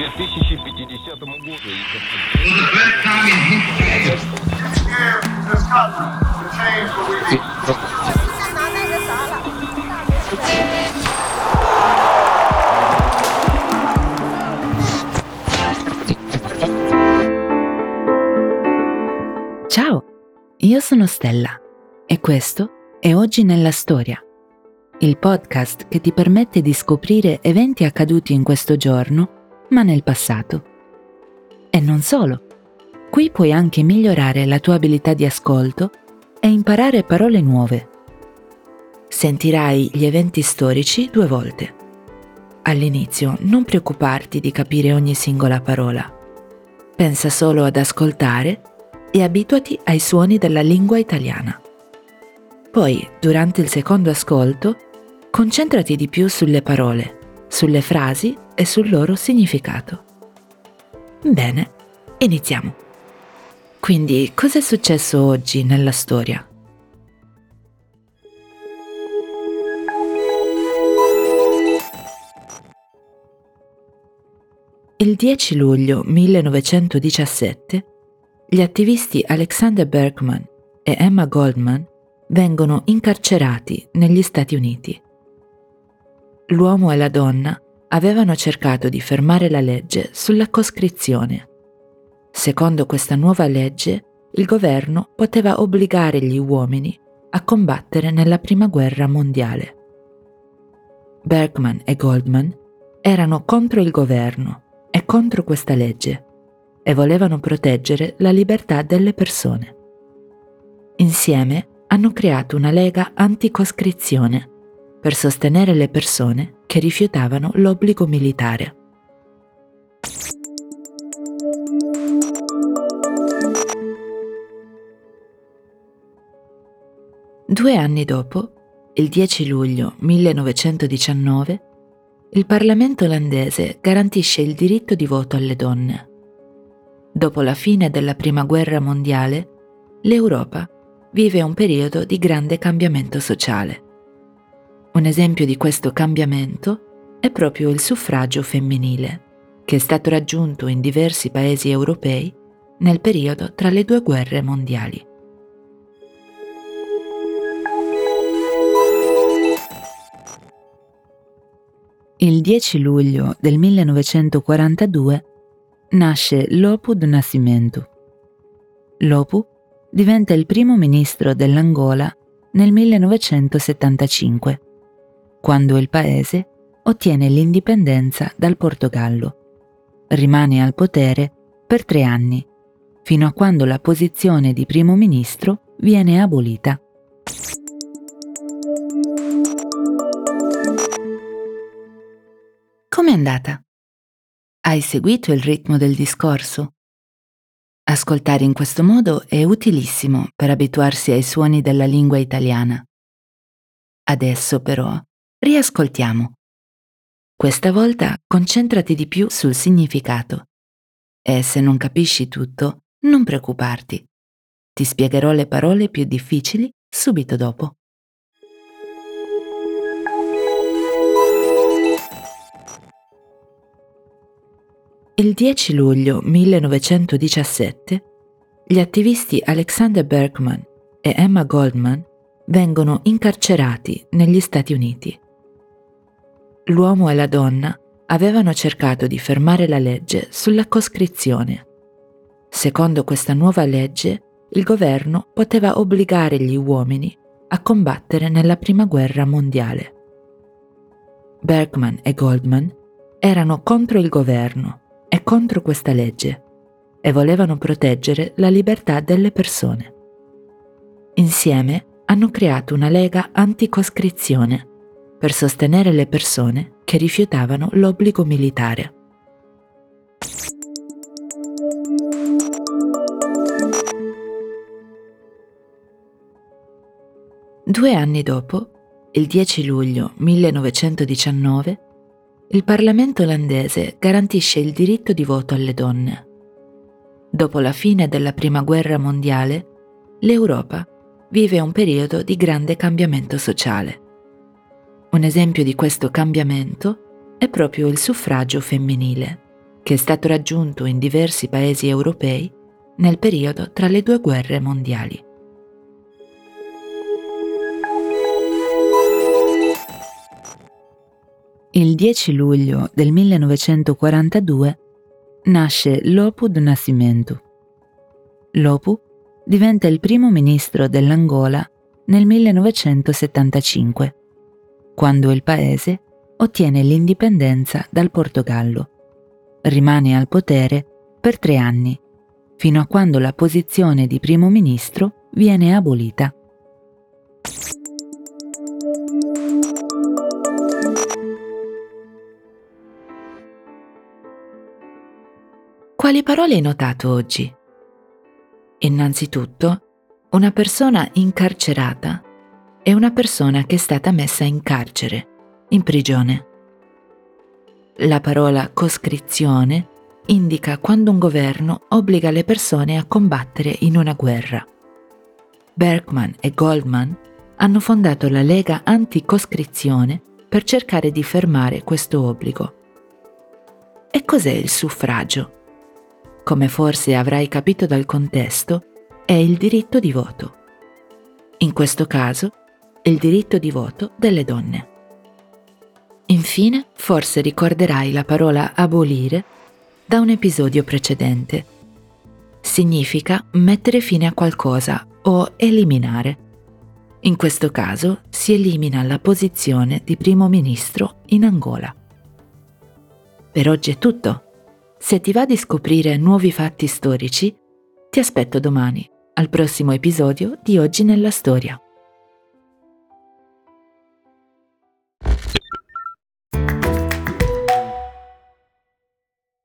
2050 году. Ciao, io sono Stella e questo è Oggi nella Storia, il podcast che ti permette di scoprire eventi accaduti in questo giorno, ma nel passato. E non solo, qui puoi anche migliorare la tua abilità di ascolto e imparare parole nuove. Sentirai gli eventi storici 2 volte. All'inizio non preoccuparti di capire ogni singola parola. Pensa solo ad ascoltare e abituati ai suoni della lingua italiana. Poi, durante il secondo ascolto, concentrati di più sulle parole, sulle frasi e sul loro significato. Bene, iniziamo. Quindi, cosa è successo oggi nella storia? Il 10 luglio 1917 gli attivisti Alexander Berkman e Emma Goldman vengono incarcerati negli Stati Uniti. L'uomo e la donna avevano cercato di fermare la legge sulla coscrizione. Secondo questa nuova legge, il governo poteva obbligare gli uomini a combattere nella Prima Guerra Mondiale. Berkman e Goldman erano contro il governo e contro questa legge e volevano proteggere la libertà delle persone. Insieme hanno creato una lega anticoscrizione per sostenere le persone che rifiutavano l'obbligo militare. Due anni dopo, il 10 luglio 1919, il Parlamento olandese garantisce il diritto di voto alle donne. Dopo la fine della Prima Guerra Mondiale, l'Europa vive un periodo di grande cambiamento sociale. Un esempio di questo cambiamento è proprio il suffragio femminile, che è stato raggiunto in diversi paesi europei nel periodo tra le 2 guerre mondiali. Il 10 luglio del 1942 nasce Lopo do Nascimento. Lopo diventa il primo ministro dell'Angola nel 1975, quando il paese ottiene l'indipendenza dal Portogallo. Rimane al potere per 3 anni, fino a quando la posizione di primo ministro viene abolita. Com'è andata? Hai seguito il ritmo del discorso? Ascoltare in questo modo è utilissimo per abituarsi ai suoni della lingua italiana. Adesso però riascoltiamo. Questa volta concentrati di più sul significato. E se non capisci tutto, non preoccuparti. Ti spiegherò le parole più difficili subito dopo. Il 10 luglio 1917 gli attivisti Alexander Berkman e Emma Goldman vengono incarcerati negli Stati Uniti. L'uomo e la donna avevano cercato di fermare la legge sulla coscrizione. Secondo questa nuova legge, il governo poteva obbligare gli uomini a combattere nella Prima Guerra Mondiale. Berkman e Goldman erano contro il governo e contro questa legge e volevano proteggere la libertà delle persone. Insieme hanno creato una lega anticoscrizione per sostenere le persone che rifiutavano l'obbligo militare. Due anni dopo, il 10 luglio 1919, il Parlamento olandese garantisce il diritto di voto alle donne. Dopo la fine della Prima Guerra Mondiale, l'Europa vive un periodo di grande cambiamento sociale. Un esempio di questo cambiamento è proprio il suffragio femminile, che è stato raggiunto in diversi paesi europei nel periodo tra le due guerre mondiali. Il 10 luglio del 1942 nasce Lopu do Nascimento. Lopu diventa il primo ministro dell'Angola nel 1975, quando il paese ottiene l'indipendenza dal Portogallo. Rimane al potere per 3 anni, fino a quando la posizione di primo ministro viene abolita. Quali parole hai notato oggi? Innanzitutto, una persona incarcerata è una persona che è stata messa in carcere, in prigione. La parola coscrizione indica quando un governo obbliga le persone a combattere in una guerra. Bergman e Goldman hanno fondato la Lega Anticoscrizione per cercare di fermare questo obbligo. E cos'è il suffragio? Come forse avrai capito dal contesto, è il diritto di voto. In questo caso, il diritto di voto delle donne. Infine, forse ricorderai la parola abolire da un episodio precedente. Significa mettere fine a qualcosa o eliminare. In questo caso si elimina la posizione di primo ministro in Angola. Per oggi è tutto. Se ti va di scoprire nuovi fatti storici, ti aspetto domani, al prossimo episodio di Oggi nella Storia.